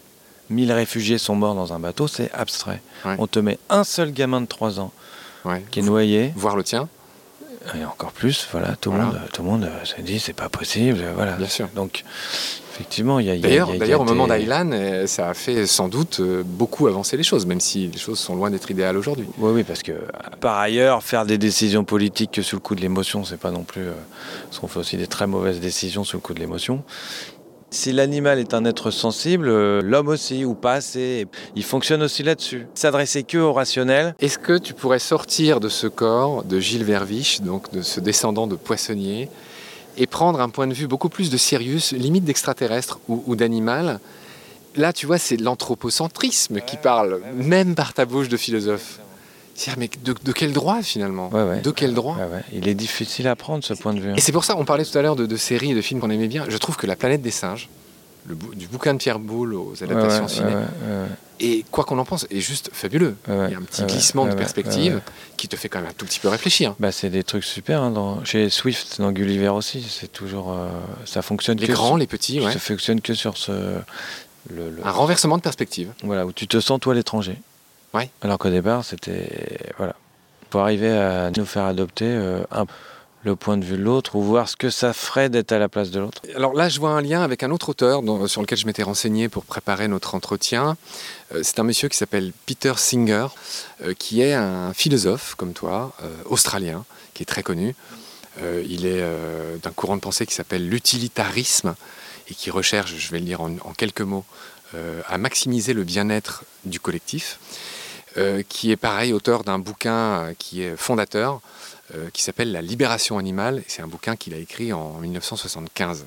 1000 réfugiés sont morts dans un bateau, c'est abstrait. Ouais. On te met un seul gamin de 3 ans Ouais. qui est noyé, Voir le tien. et encore plus, voilà, tout le monde se dit c'est pas possible, voilà. Bien sûr. Donc, effectivement, il y a D'ailleurs, au moment des- d'Aylan, ça a fait sans doute beaucoup avancer les choses, même si les choses sont loin d'être idéales aujourd'hui. Oui, parce que par ailleurs, faire des décisions politiques que sous le coup de l'émotion, c'est pas non plus. Parce qu'on fait aussi des très mauvaises décisions sous le coup de l'émotion. Si l'animal est un être sensible, l'homme aussi, ou pas assez. Il fonctionne aussi là-dessus. S'adresser que au rationnel. Est-ce que tu pourrais sortir de ce corps de Gilles Verviche, donc de ce descendant de poissonnier, et prendre un point de vue beaucoup plus de Sirius, limite d'extraterrestre ou d'animal? Là, tu vois, c'est l'anthropocentrisme qui parle, même par ta bouche de philosophe. C'est-à-dire, mais de quel droit, finalement? Ouais. De quel droit? Ouais. Il est difficile à prendre, ce point de vue. Et c'est pour ça, on parlait tout à l'heure de séries et de films qu'on aimait bien. Je trouve que La planète des singes, du bouquin de Pierre Boulle aux adaptations ciné, et quoi qu'on en pense, est juste fabuleux. Il y a un petit glissement de perspective qui te fait quand même un tout petit peu réfléchir. Bah, c'est des trucs super. Hein, chez Swift, dans Gulliver aussi, c'est toujours. Ça fonctionne Les que grands, les petits, ouais. Ça fonctionne que sur ce. Un renversement de perspective. Voilà, où tu te sens toi l'étranger. Ouais. Alors qu'au départ, c'était. Voilà. Pour arriver à nous faire adopter le point de vue de l'autre ou voir ce que ça ferait d'être à la place de l'autre. Alors là, je vois un lien avec un autre auteur sur lequel je m'étais renseigné pour préparer notre entretien. C'est un monsieur qui s'appelle Peter Singer, qui est un philosophe, comme toi, australien, qui est très connu. Il est d'un courant de pensée qui s'appelle l'utilitarisme et qui recherche, je vais le dire en quelques mots, à maximiser le bien-être du collectif, qui est pareil auteur d'un bouquin qui est fondateur, qui s'appelle La libération animale. C'est un bouquin qu'il a écrit en 1975.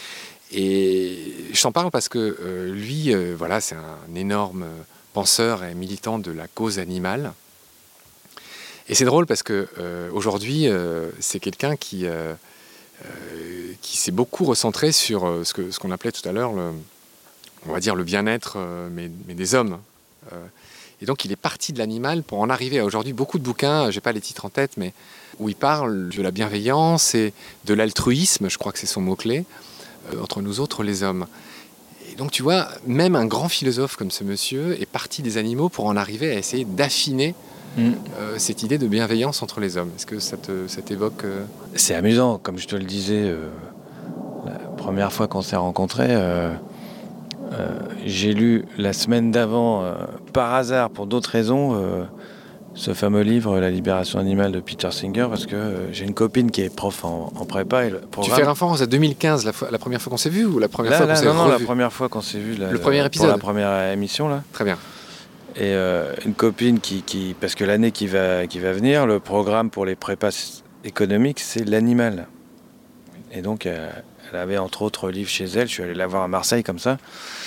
Et je t'en parle parce que lui, voilà, c'est un énorme penseur et militant de la cause animale. Et c'est drôle parce que aujourd'hui, c'est quelqu'un qui s'est beaucoup recentré sur ce qu'on appelait tout à l'heure, on va dire le bien-être, mais des hommes. Et donc il est parti de l'animal pour en arriver à aujourd'hui beaucoup de bouquins, j'ai pas les titres en tête, mais où il parle de la bienveillance et de l'altruisme, je crois que c'est son mot-clé, entre nous autres les hommes. Et donc tu vois, même un grand philosophe comme ce monsieur est parti des animaux pour en arriver à essayer d'affiner cette idée de bienveillance entre les hommes. Est-ce que ça t'évoque C'est amusant, comme je te le disais, la première fois qu'on s'est rencontrés, j'ai lu la semaine d'avant, par hasard, pour d'autres raisons, ce fameux livre La libération animale de Peter Singer, parce que j'ai une copine qui est prof en prépa. Et le programme... Tu fais référence à 2015, la première fois qu'on s'est vu, ou la première fois qu'on s'est revu? Non, la première fois qu'on s'est vu. Le premier épisode. Pour la première émission, là. Très bien. Et une copine qui... Parce que l'année qui va venir, le programme pour les prépas économiques, c'est l'animal. Et donc, elle avait entre autres livres chez elle. Je suis allé la voir à Marseille, comme ça.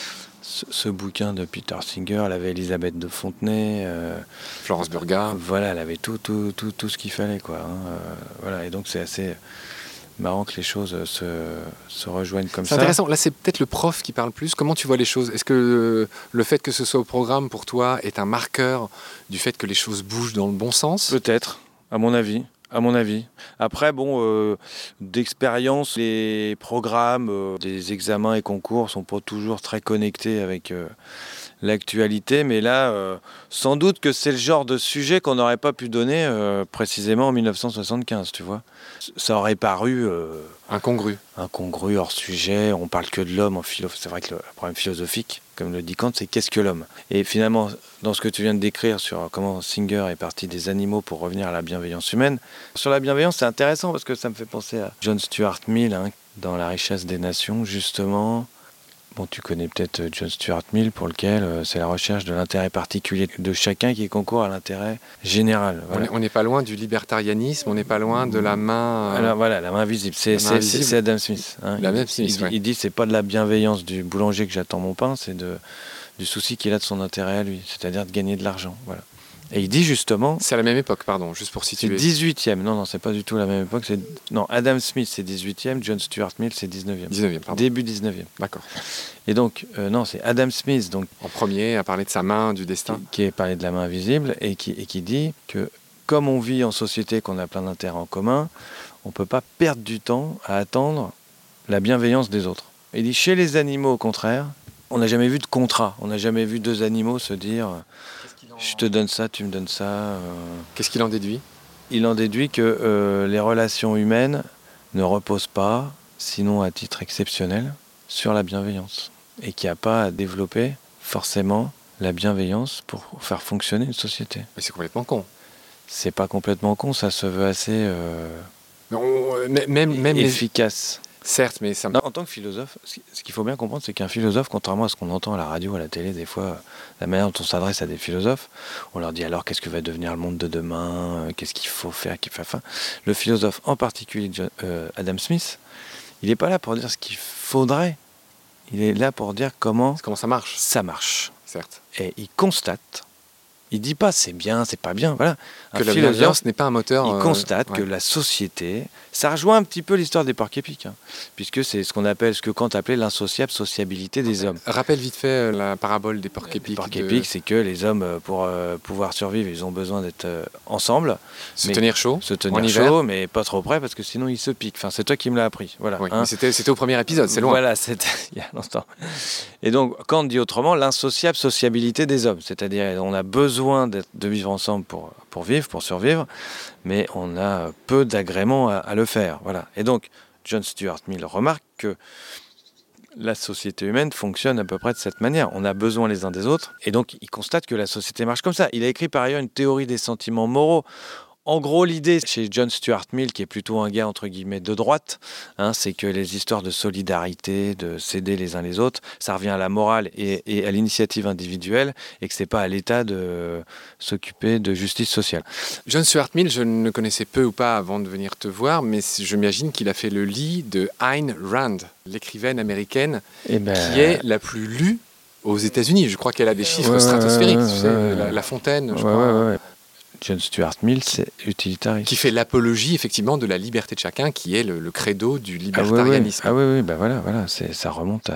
Ce bouquin de Peter Singer, elle avait Elisabeth de Fontenay, Florence Burgard. Voilà, elle avait tout ce qu'il fallait, quoi. Voilà, et donc c'est assez marrant que les choses se rejoignent comme ça. C'est intéressant. Là, c'est peut-être le prof qui parle plus. Comment tu vois les choses? Est-ce que le fait que ce soit au programme pour toi est un marqueur du fait que les choses bougent dans le bon sens? Peut-être, à mon avis. Après, bon, d'expérience, les programmes des examens et concours sont pas toujours très connectés avec l'actualité, mais là, sans doute que c'est le genre de sujet qu'on n'aurait pas pu donner précisément en 1975, tu vois. Ça aurait paru incongru, hors sujet. On parle que de l'homme en philo. C'est vrai que le problème philosophique, comme le dit Kant, c'est qu'est-ce que l'homme? Et finalement, dans ce que tu viens de décrire sur comment Singer est parti des animaux pour revenir à la bienveillance humaine, sur la bienveillance, c'est intéressant parce que ça me fait penser à John Stuart Mill, dans La richesse des nations, justement. Bon, tu connais peut-être John Stuart Mill, pour lequel c'est la recherche de l'intérêt particulier de chacun qui concourt à l'intérêt général. Voilà. On n'est pas loin du libertarianisme, on n'est pas loin de la main... Alors voilà, la main visible. C'est Adam Smith. Il dit c'est pas de la bienveillance du boulanger que j'attends mon pain, c'est du souci qu'il a de son intérêt à lui, c'est-à-dire de gagner de l'argent. Voilà. Et il dit justement... C'est à la même époque, pardon, juste pour situer. C'est 18e. Non, c'est pas du tout la même époque. Non, Adam Smith, c'est 18e. John Stuart Mill, c'est 19e. 19e, pardon. Début 19e. D'accord. Et donc, non, c'est Adam Smith. Donc, en premier, à parler de sa main, du destin. Qui est parlé de la main invisible et qui dit que, comme on vit en société, qu'on a plein d'intérêts en commun, on ne peut pas perdre du temps à attendre la bienveillance des autres. Il dit, chez les animaux, au contraire, On n'a jamais vu de contrat. On n'a jamais vu deux animaux se dire je te donne ça, tu me donnes ça. Qu'est-ce qu'il en déduit ? Il en déduit que les relations humaines ne reposent pas, sinon à titre exceptionnel, sur la bienveillance. Et qu'il n'y a pas à développer forcément la bienveillance pour faire fonctionner une société. Mais c'est complètement con. C'est pas complètement con, ça se veut assez Même efficace. Certes, mais ça... Non, en tant que philosophe, ce qu'il faut bien comprendre, c'est qu'un philosophe, contrairement à ce qu'on entend à la radio, à la télé, des fois, la manière dont on s'adresse à des philosophes, on leur dit alors qu'est-ce que va devenir le monde de demain, qu'est-ce qu'il faut faire, le philosophe, en particulier Adam Smith, il n'est pas là pour dire ce qu'il faudrait, il est là pour dire comment ça marche. Ça marche. Certes. Et il constate. Il dit pas c'est bien, c'est pas bien, voilà. Que la bienveillance n'est pas un moteur. Il constate que la société, ça rejoint un petit peu l'histoire des porcs-épics, puisque c'est ce qu'on appelle, ce que Kant appelait l'insociable sociabilité des hommes. Rappelle vite fait la parabole des porcs-épics. Les porcs-épics, c'est que les hommes, pour pouvoir survivre, ils ont besoin d'être ensemble. Se tenir chaud, mais pas trop près, parce que sinon ils se piquent. Enfin, c'est toi qui me l'as appris. Voilà, oui, mais c'était au premier épisode, c'est loin. Voilà, c'était il y a longtemps. Et donc, Kant dit autrement l'insociable sociabilité des hommes, c'est-à-dire on a besoin de vivre ensemble pour vivre, pour survivre, mais on a peu d'agréments à le faire. Voilà. Et donc, John Stuart Mill remarque que la société humaine fonctionne à peu près de cette manière. On a besoin les uns des autres, et donc il constate que la société marche comme ça. Il a écrit par ailleurs une théorie des sentiments moraux. En gros, l'idée chez John Stuart Mill, qui est plutôt un gars entre guillemets de droite, c'est que les histoires de solidarité, de s'aider les uns les autres, ça revient à la morale et à l'initiative individuelle, et que c'est pas à l'État de s'occuper de justice sociale. John Stuart Mill, je ne le connaissais peu ou pas avant de venir te voir, mais je m'imagine qu'il a fait le lit de Ayn Rand, l'écrivaine américaine, qui est la plus lue aux États-Unis. Je crois qu'elle a des chiffres stratosphériques. Tu sais, La Fontaine, je crois. John Stuart Mill, c'est utilitariste. Qui fait l'apologie, effectivement, de la liberté de chacun, qui est le credo du libertarianisme. Ça remonte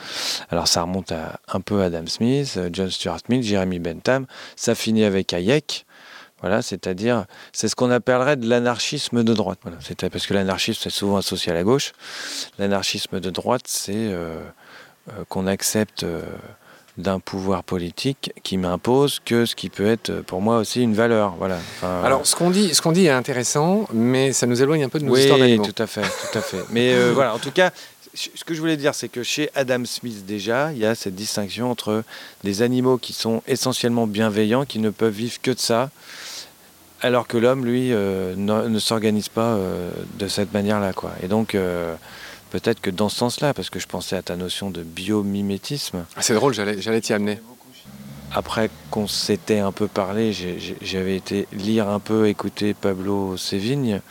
un peu à Adam Smith, John Stuart Mill, Jeremy Bentham. Ça finit avec Hayek. Voilà, c'est-à-dire, c'est ce qu'on appellerait de l'anarchisme de droite. Voilà, parce que l'anarchisme, c'est souvent associé à la gauche. L'anarchisme de droite, c'est qu'on accepte... d'un pouvoir politique qui m'impose que ce qui peut être pour moi aussi une valeur. Voilà. Alors, ce qu'on dit est intéressant, mais ça nous éloigne un peu de nos histoires d'animaux. Oui, tout à fait. Mais voilà, en tout cas, ce que je voulais dire, c'est que chez Adam Smith, déjà, il y a cette distinction entre des animaux qui sont essentiellement bienveillants, qui ne peuvent vivre que de ça, alors que l'homme, lui, ne s'organise pas de cette manière-là, quoi. Et donc... peut-être que dans ce sens-là, parce que je pensais à ta notion de biomimétisme. C'est drôle, j'allais t'y amener. Après qu'on s'était un peu parlé, j'avais été lire un peu, écouter Pablo Servigne.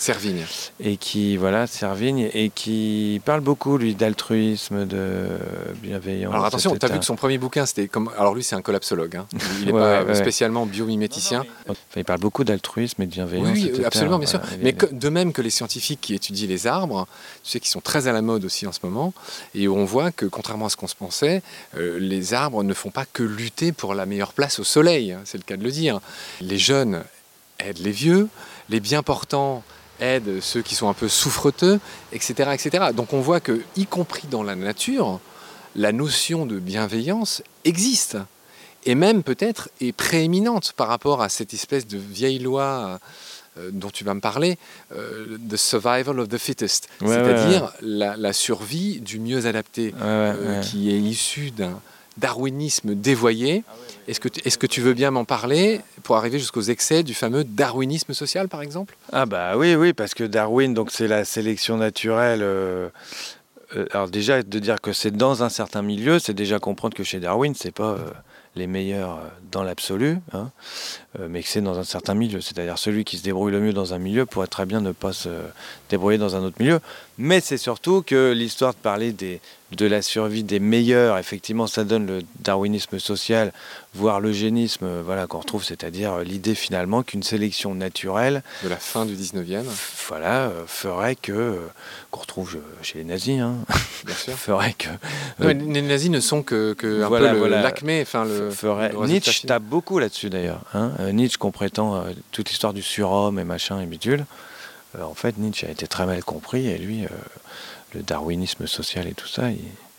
Servigne, et qui parle beaucoup, lui, d'altruisme, de bienveillance. Alors attention, tu as vu que son premier bouquin, c'était comme... Alors lui, c'est un collapsologue. Il n'est pas spécialement biomiméticien. Il parle beaucoup d'altruisme et de bienveillance. Oui, absolument, bien sûr. Mais de même que les scientifiques qui étudient les arbres, tu sais, qui sont très à la mode aussi en ce moment, et où on voit que, contrairement à ce qu'on se pensait, les arbres ne font pas que lutter pour la meilleure place au soleil, c'est le cas de le dire. Les jeunes aident les vieux, les bien portants aident ceux qui sont un peu souffreteux, etc., etc. Donc on voit que, y compris dans la nature, la notion de bienveillance existe, et même peut-être est prééminente par rapport à cette espèce de vieille loi dont tu vas me parler, the survival of the fittest, c'est-à-dire la survie du mieux adapté, qui est issue d'un darwinisme dévoyé. Est-ce que tu veux bien m'en parler pour arriver jusqu'aux excès du fameux darwinisme social, par exemple ? Ah bah oui, parce que Darwin, donc c'est la sélection naturelle. Alors déjà, de dire que c'est dans un certain milieu, c'est déjà comprendre que chez Darwin, c'est pas les meilleurs dans l'absolu, mais que c'est dans un certain milieu. C'est-à-dire celui qui se débrouille le mieux dans un milieu pourrait très bien ne pas se débrouiller dans un autre milieu. Mais c'est surtout que l'histoire de parler de la survie des meilleurs, effectivement, ça donne le darwinisme social, voire l'eugénisme, qu'on retrouve, c'est-à-dire l'idée finalement qu'une sélection naturelle de la fin du 19e, ferait qu'on retrouve chez les nazis, bien sûr, ferait que les nazis ne sont que un peu l'acmé, Nietzsche tape beaucoup là-dessus d'ailleurs. Nietzsche qu'on prétend toute l'histoire du surhomme et machin et bidule. En fait, Nietzsche a été très mal compris et lui, le darwinisme social et tout ça,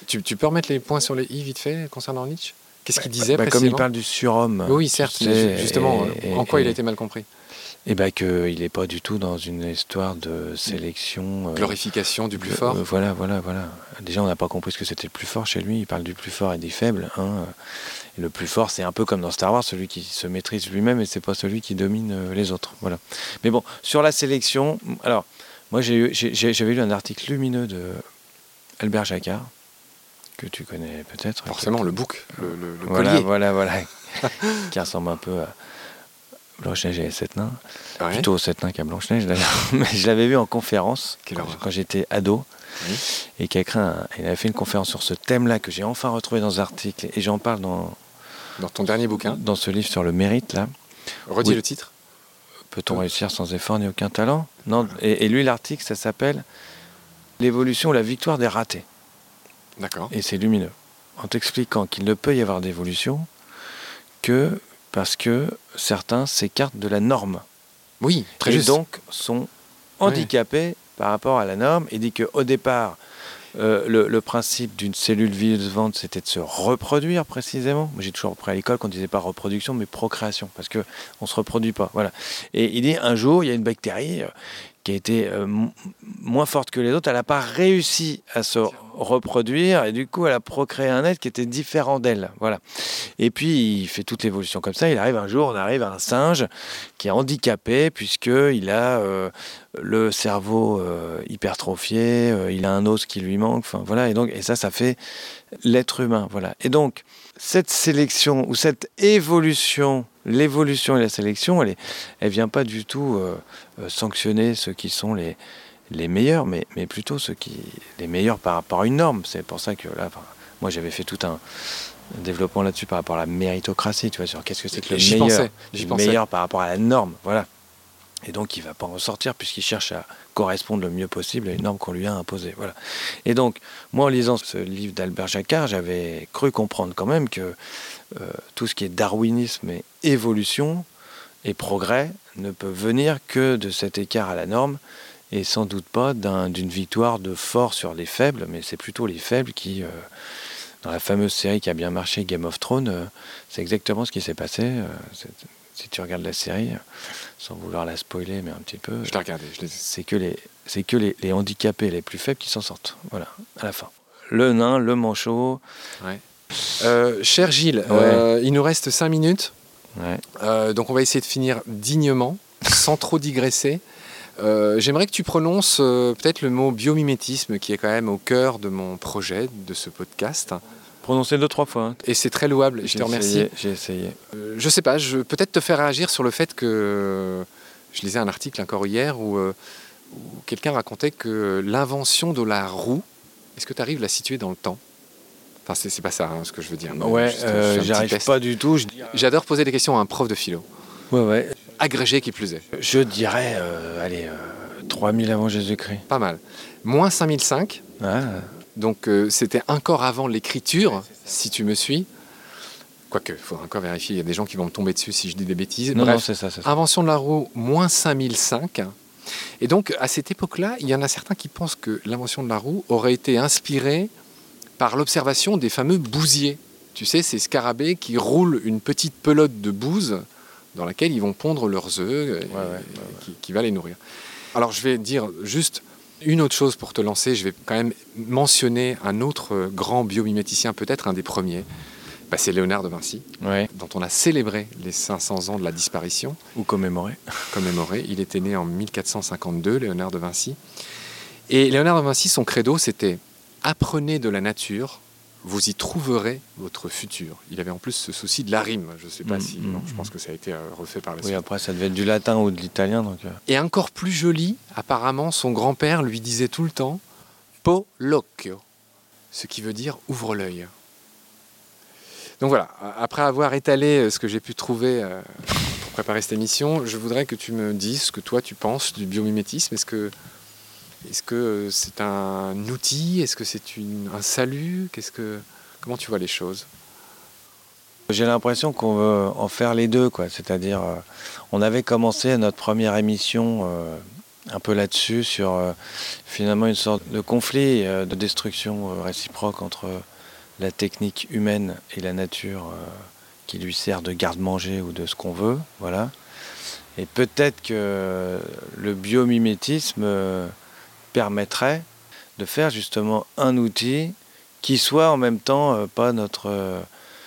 Tu peux remettre les points sur les i vite fait concernant Nietzsche? Qu'est-ce qu'il disait Comme précisément? il parle du surhomme. Oui, certes, tu sais, justement, en quoi il a été mal compris? Et qu'il n'est pas du tout dans une histoire de sélection. Glorification du plus fort. Voilà. Déjà, on n'a pas compris ce que c'était le plus fort chez lui. Il parle du plus fort et des faibles. Et le plus fort, c'est un peu comme dans Star Wars, celui qui se maîtrise lui-même et c'est pas celui qui domine les autres. Voilà. Mais bon, sur la sélection, alors, moi, j'avais lu un article lumineux de Albert Jacquard, que tu connais peut-être. Forcément, le bouc, le voilà, collier. Voilà. Qui ressemble un peu à Blanche-Neige et les 7 nains. Ouais. Plutôt aux 7 nains qu'à Blanche-Neige d'ailleurs. Mais je l'avais vu en conférence quand j'étais ado. Oui. Et il avait fait une conférence sur ce thème-là que j'ai enfin retrouvé dans un article. Et j'en parle dans ton dernier bouquin. Dans ce livre sur le mérite, là. Redis le titre. Peut-on réussir sans effort ni aucun talent? Non. Et lui, l'article, ça s'appelle L'évolution ou la victoire des ratés. D'accord. Et c'est lumineux. En t'expliquant qu'il ne peut y avoir d'évolution que parce que certains s'écartent de la norme. Oui, très et juste. Donc sont handicapés par rapport à la norme. Il dit qu'au départ, le principe d'une cellule vivante, c'était de se reproduire précisément. Moi, j'ai toujours appris à l'école qu'on ne disait pas reproduction, mais procréation, parce qu'on ne se reproduit pas. Voilà. Et il dit, un jour, il y a une bactérie qui a été moins forte que les autres. Elle n'a pas réussi à se reproduire, et du coup, elle a procréé un être qui était différent d'elle. Voilà. Et puis, il fait toute l'évolution comme ça. Il arrive un jour, on arrive à un singe qui est handicapé, puisqu'il a le cerveau hypertrophié, il a un os qui lui manque, enfin voilà, et ça fait l'être humain, voilà. Et donc, cette sélection, ou cette évolution, l'évolution et la sélection, elle vient pas du tout sanctionner ceux qui sont les meilleurs, mais plutôt les meilleurs par rapport à une norme. C'est pour ça que là, moi j'avais fait tout un développement là-dessus par rapport à la méritocratie, tu vois, sur qu'est-ce que c'est que le meilleur par rapport à la norme, voilà. Et donc, il ne va pas en sortir puisqu'il cherche à correspondre le mieux possible à une norme qu'on lui a imposée. Voilà. Et donc, moi, en lisant ce livre d'Albert Jacquard, j'avais cru comprendre quand même que tout ce qui est darwinisme et évolution et progrès ne peut venir que de cet écart à la norme et sans doute pas d'une victoire de fort sur les faibles, mais c'est plutôt les faibles qui... dans la fameuse série qui a bien marché, Game of Thrones, c'est exactement ce qui s'est passé. Si tu regardes la série, sans vouloir la spoiler, mais un petit peu... Je l'ai regardé. C'est que les handicapés les plus faibles qui s'en sortent. Voilà, à la fin. Le nain, le manchot... Ouais. Cher Gilles, il nous reste 5 minutes. Ouais. Donc on va essayer de finir dignement, sans trop digresser. J'aimerais que tu prononces peut-être le mot biomimétisme, qui est quand même au cœur de mon projet, de ce podcast. Prononcez 2-3 fois. Hein. Et c'est très louable, je te remercie. J'ai essayé. Je sais pas, je peut-être te faire réagir sur le fait que... Je lisais un article encore hier où quelqu'un racontait que l'invention de la roue, est-ce que tu arrives à la situer dans le temps? Enfin, c'est pas ça ce que je veux dire. Ouais, j'arrive pas du tout. J'adore poser des questions à un prof de philo. Ouais. Agrégé qui plus est. Je dirais, 3000 avant Jésus-Christ. Pas mal. Moins 5005. Ah. Donc c'était encore avant l'écriture, si tu me suis. Quoique, il faudra encore vérifier, il y a des gens qui vont me tomber dessus si je dis des bêtises. Non, bref, non, c'est ça. Invention de la roue, moins 5005. Et donc, à cette époque-là, il y en a certains qui pensent que l'invention de la roue aurait été inspirée par l'observation des fameux bousiers. Tu sais, ces scarabées qui roulent une petite pelote de bouse dans laquelle ils vont pondre leurs œufs, qui va les nourrir. Alors, je vais dire juste une autre chose pour te lancer. Je vais quand même mentionner un autre grand biomiméticien, peut-être un des premiers. C'est Léonard de Vinci, dont on a célébré les 500 ans de la disparition. Ou commémoré. Il était né en 1452, Léonard de Vinci. Et Léonard de Vinci, son credo, c'était « Apprenez de la nature, vous y trouverez votre futur ». Il avait en plus ce souci de la rime. Je ne sais pas si... Non, je pense que ça a été refait par la suite. Oui, après, ça devait être du latin ou de l'italien. Donc... Et encore plus joli, apparemment, son grand-père lui disait tout le temps « Po l'occhio », ce qui veut dire « ouvre l'œil ». Donc voilà, après avoir étalé ce que j'ai pu trouver pour préparer cette émission, je voudrais que tu me dises ce que toi tu penses du biomimétisme. Est-ce que c'est un outil? Est-ce que c'est un salut? Comment tu vois les choses? J'ai l'impression qu'on veut en faire les deux, quoi. C'est-à-dire, on avait commencé notre première émission un peu là-dessus, sur finalement une sorte de conflit, de destruction réciproque entre la technique humaine et la nature qui lui sert de garde-manger ou de ce qu'on veut, voilà. Et peut-être que le biomimétisme permettrait de faire justement un outil qui soit en même temps pas notre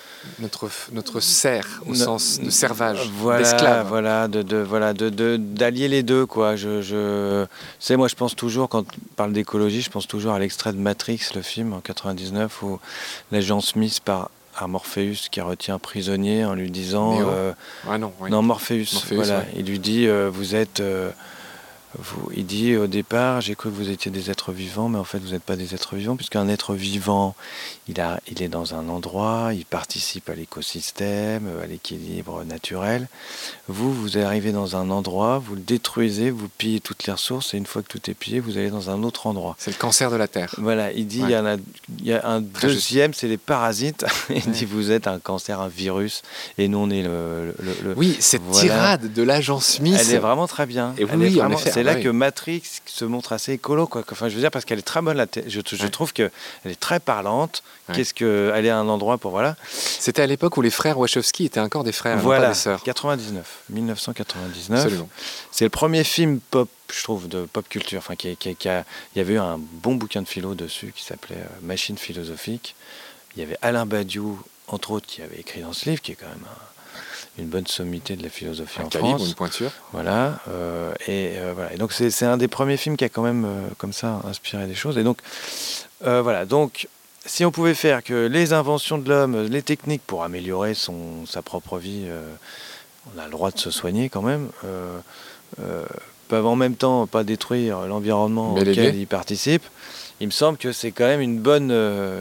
serf au sens de servage, voilà, d'esclave. D'allier les deux, quoi. Moi je pense toujours, quand on parle d'écologie, je pense toujours à l'extrait de Matrix, le film en 99, où l'agent Smith part à Morpheus qui retient un prisonnier en lui disant non, Morpheus, voilà. Ouais. Il lui dit vous êtes il dit au départ, j'ai cru que vous étiez des êtres vivants, mais en fait vous n'êtes pas des êtres vivants, puisqu'un être vivant, il est dans un endroit, il participe à l'écosystème, à l'équilibre naturel. Vous arrivez dans un endroit, vous le détruisez, vous pillez toutes les ressources, et une fois que tout est pillé, vous allez dans un autre endroit. C'est le cancer de la Terre. Voilà, il dit, il y a un deuxième, c'est les parasites. Il dit, vous êtes un cancer, un virus, et nous on est Oui, cette tirade de l'agent Smith. Elle est vraiment très bien. Et c'est là que Matrix se montre assez écolo, quoi. Enfin, je veux dire, parce qu'elle est très bonne. Je trouve qu'elle est très parlante. Ouais. Elle est à un endroit pour voilà. C'était à l'époque où les frères Wachowski étaient encore des frères, voilà, pas des sœurs. 1999. Absolument. C'est le premier film pop, je trouve, de pop culture. Enfin, il y avait eu un bon bouquin de philo dessus qui s'appelait Machine philosophique. Il y avait Alain Badiou, entre autres, qui avait écrit dans ce livre, qui est quand même une bonne sommité de la philosophie en France. Une pointure. Voilà. Voilà. Et donc c'est un des premiers films qui a quand même comme ça inspiré des choses. Et donc voilà. Donc si on pouvait faire que les inventions de l'homme, les techniques pour améliorer sa propre vie, on a le droit de se soigner quand même, peuvent en même temps pas détruire l'environnement auquel ils participent. Il me semble que c'est quand même une bonne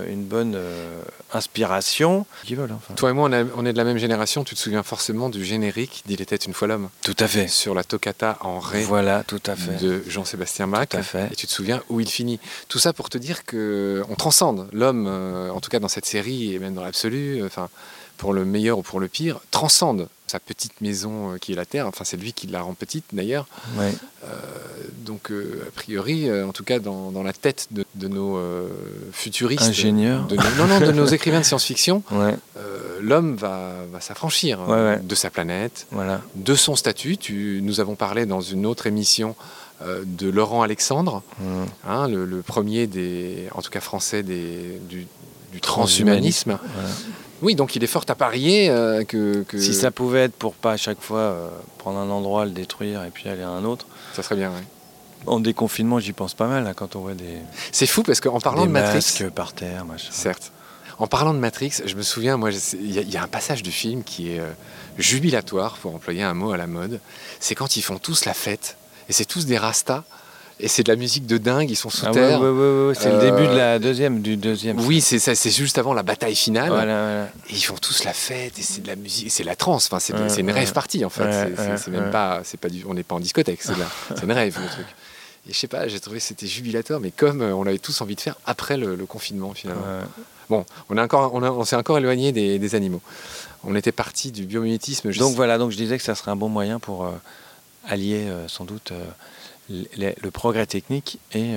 inspiration. Enfin. Toi et moi, on est de la même génération. Tu te souviens forcément du générique d'Il était une fois l'homme. Tout à fait. Sur la toccata en ré. Voilà, tout à fait. De Jean-Sébastien Bach. Tout à fait. Et tu te souviens où il finit. Tout ça pour te dire qu'on transcende. L'homme, en tout cas dans cette série et même dans l'absolu, pour le meilleur ou pour le pire, transcende sa petite maison qui est la Terre. Enfin, c'est lui qui la rend petite d'ailleurs. Ouais. Donc, a priori, en tout cas dans la tête de nos futuristes, ingénieurs, de nos écrivains de science-fiction, ouais. L'homme va s'affranchir de sa planète, voilà. De son statut. Nous avons parlé dans une autre émission de Laurent Alexandre, le premier en tout cas français du transhumanisme. Voilà. Oui, donc il est fort à parier que... Si ça pouvait être pour pas à chaque fois prendre un endroit, le détruire et puis aller à un autre. Ça serait bien, oui. En déconfinement, j'y pense pas mal là, quand on voit des... C'est fou parce qu'en parlant de Matrix... masques par terre, machin. Certes. En parlant de Matrix, je me souviens, il y a un passage du film qui est jubilatoire, pour employer un mot à la mode. C'est quand ils font tous la fête, et c'est tous des rastas. Et c'est de la musique de dingue, ils sont sous terre. Ouais. C'est le début du deuxième. Oui, c'est juste avant la bataille finale. Voilà. Et ils font tous la fête, et c'est de la musique, c'est la trance. Enfin, c'est une rave party en fait. C'est même pas, on n'est pas en discothèque, c'est une rave le truc. Et je sais pas, j'ai trouvé que c'était jubilatoire, mais comme on avait tous envie de faire après le confinement finalement. Bon, on s'est encore éloigné des animaux. On était parti du biomimétisme. Donc voilà, donc je disais que ça serait un bon moyen pour allier sans doute le progrès technique et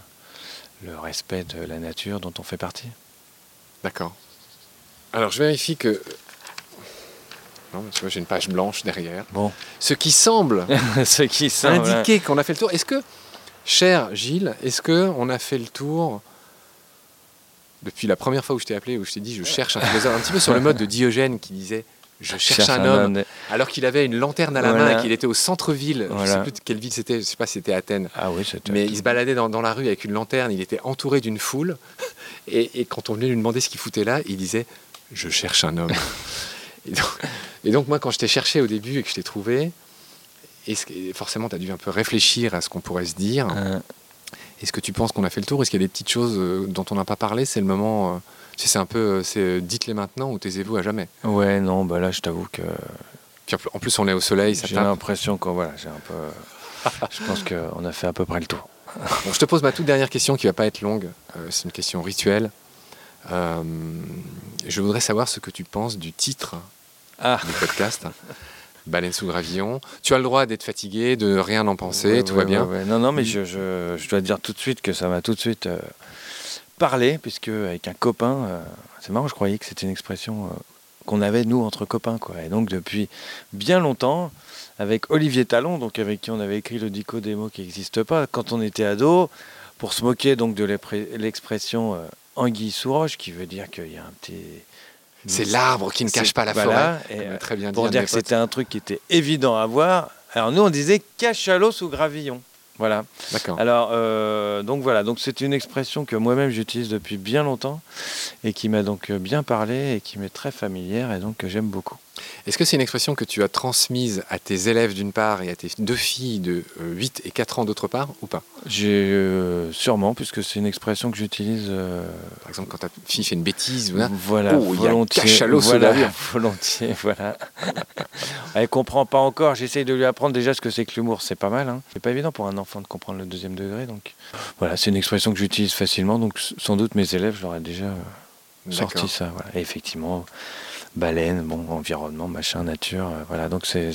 le respect de la nature dont on fait partie. D'accord. Alors je vérifie que... Non, tu vois, j'ai une page blanche derrière. Bon. Ce qui semble indiquer qu'on a fait le tour. Est-ce que, cher Gilles, on a fait le tour depuis la première fois où je t'ai appelé, où je t'ai dit je cherche un philosophe, un petit peu sur le mode de Diogène qui disait je cherche un homme, alors qu'il avait une lanterne à la main et qu'il était au centre-ville. Je ne sais plus de quelle ville c'était, je ne sais pas si c'était Athènes. Ah oui, c'était. Mais il se baladait dans la rue avec une lanterne, il était entouré d'une foule. Et quand on venait lui demander ce qu'il foutait là, il disait « Je cherche un homme ». Et donc moi, quand je t'ai cherché au début et que je t'ai trouvé, forcément, tu as dû un peu réfléchir à ce qu'on pourrait se dire. Est-ce que tu penses qu'on a fait le tour ? Est-ce qu'il y a des petites choses dont on n'a pas parlé ? C'est le moment... c'est un peu... dites-les maintenant ou taisez-vous à jamais. Ouais, non, bah là, je t'avoue que... Puis en plus, on est au soleil, ça j'ai tape. l'impression qu'on... Voilà, j'ai un peu... je pense qu'on a fait à peu près le tour. Bon, je te pose ma toute dernière question qui ne va pas être longue. C'est une question rituelle. Je voudrais savoir ce que tu penses du titre du podcast. Baleine sous gravillon. Tu as le droit d'être fatigué, de rien en penser, tout va bien. Ouais. Non, mais je dois te dire tout de suite que ça m'a tout de suite parlé, puisque avec un copain, c'est marrant, je croyais que c'était une expression qu'on avait, nous, entre copains, quoi. Et donc, depuis bien longtemps, avec Olivier Talon, donc avec qui on avait écrit le dico des mots qui n'existent pas, quand on était ado, pour se moquer donc de l'expression anguille sous roche, qui veut dire qu'il y a un petit... C'est l'arbre qui ne cache pas la voilà, forêt. Et, très bien pour dit, dire que c'était un truc qui était évident à voir. Alors nous, on disait cachalot sous gravillon. Voilà. D'accord. Alors, donc c'est une expression que moi-même j'utilise depuis bien longtemps et qui m'a donc bien parlé et qui m'est très familière et donc que j'aime beaucoup. Est-ce que c'est une expression que tu as transmise à tes élèves d'une part et à tes 2 filles de 8 et 4 ans d'autre part ou pas ? Sûrement, puisque c'est une expression que j'utilise... Par exemple, quand ta fille fait une bêtise, voilà, volontiers. Il y a cachalot sous la vie. Volontiers, voilà. Elle comprend pas encore, j'essaye de lui apprendre déjà ce que c'est que l'humour, c'est pas mal. Hein. C'est pas évident pour un enfant de comprendre le 2e degré. Donc voilà, c'est une expression que j'utilise facilement, donc sans doute mes élèves, je leur ai déjà sorti ça. Voilà. Et effectivement... baleine, environnement, machin, nature, voilà, donc c'est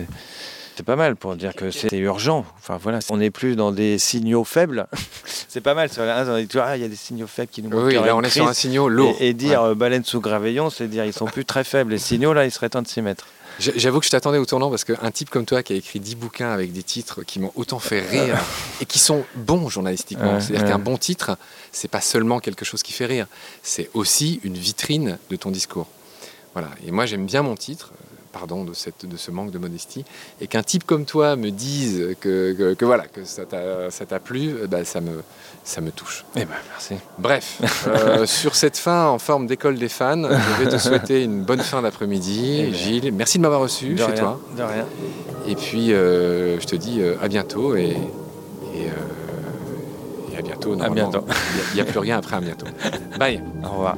pas mal pour dire que c'est urgent. Enfin voilà, on n'est plus dans des signaux faibles. C'est pas mal. Il y a des signaux faibles qui nous montrent. Oui, là on est sur un signal lourd. Et dire baleine sous gravillon, c'est dire ils sont plus très faibles. Les signaux là, il serait temps de s'y mettre. J'avoue que je t'attendais au tournant parce qu'un type comme toi qui a écrit 10 bouquins avec des titres qui m'ont autant fait rire et qui sont bons journalistiquement. C'est-à-dire qu'un bon titre, c'est pas seulement quelque chose qui fait rire, c'est aussi une vitrine de ton discours. Voilà. Et moi j'aime bien mon titre, pardon de ce manque de modestie, et qu'un type comme toi me dise que ça t'a plu, ça me touche. Eh ben merci. Bref, sur cette fin en forme d'école des fans, je vais te souhaiter une bonne fin d'après-midi, Gilles. Merci de m'avoir reçu chez toi. De rien. Et puis je te dis à bientôt et à bientôt. À bientôt. Il n'y a plus rien après à bientôt. Bye. Au revoir.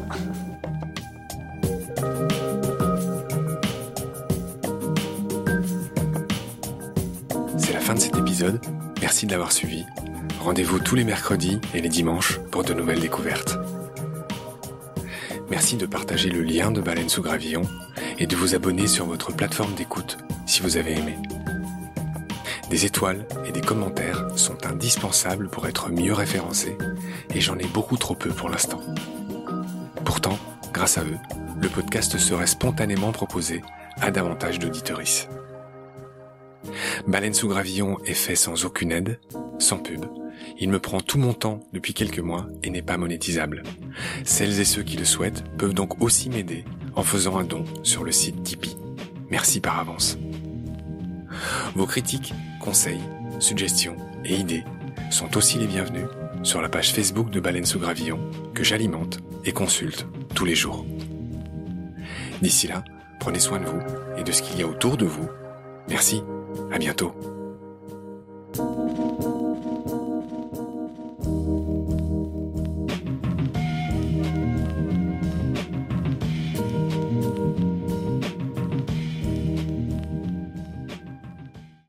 C'est la fin de cet épisode. Merci de l'avoir suivi. Rendez-vous tous les mercredis et les dimanches pour de nouvelles découvertes. Merci de partager le lien de Baleine sous gravillon et de vous abonner sur votre plateforme d'écoute si vous avez aimé. Des étoiles et des commentaires sont indispensables pour être mieux référencés et j'en ai beaucoup trop peu pour l'instant. Pourtant, grâce à eux, le podcast serait spontanément proposé à davantage d'auditeuristes. Baleine sous gravillon est fait sans aucune aide, sans pub. Il me prend tout mon temps depuis quelques mois et n'est pas monétisable. Celles et ceux qui le souhaitent peuvent donc aussi m'aider en faisant un don sur le site Tipeee. Merci par avance. Vos critiques, conseils, suggestions et idées sont aussi les bienvenus sur la page Facebook de Baleine sous gravillon que j'alimente et consulte tous les jours. D'ici là, prenez soin de vous et de ce qu'il y a autour de vous. Merci, à bientôt.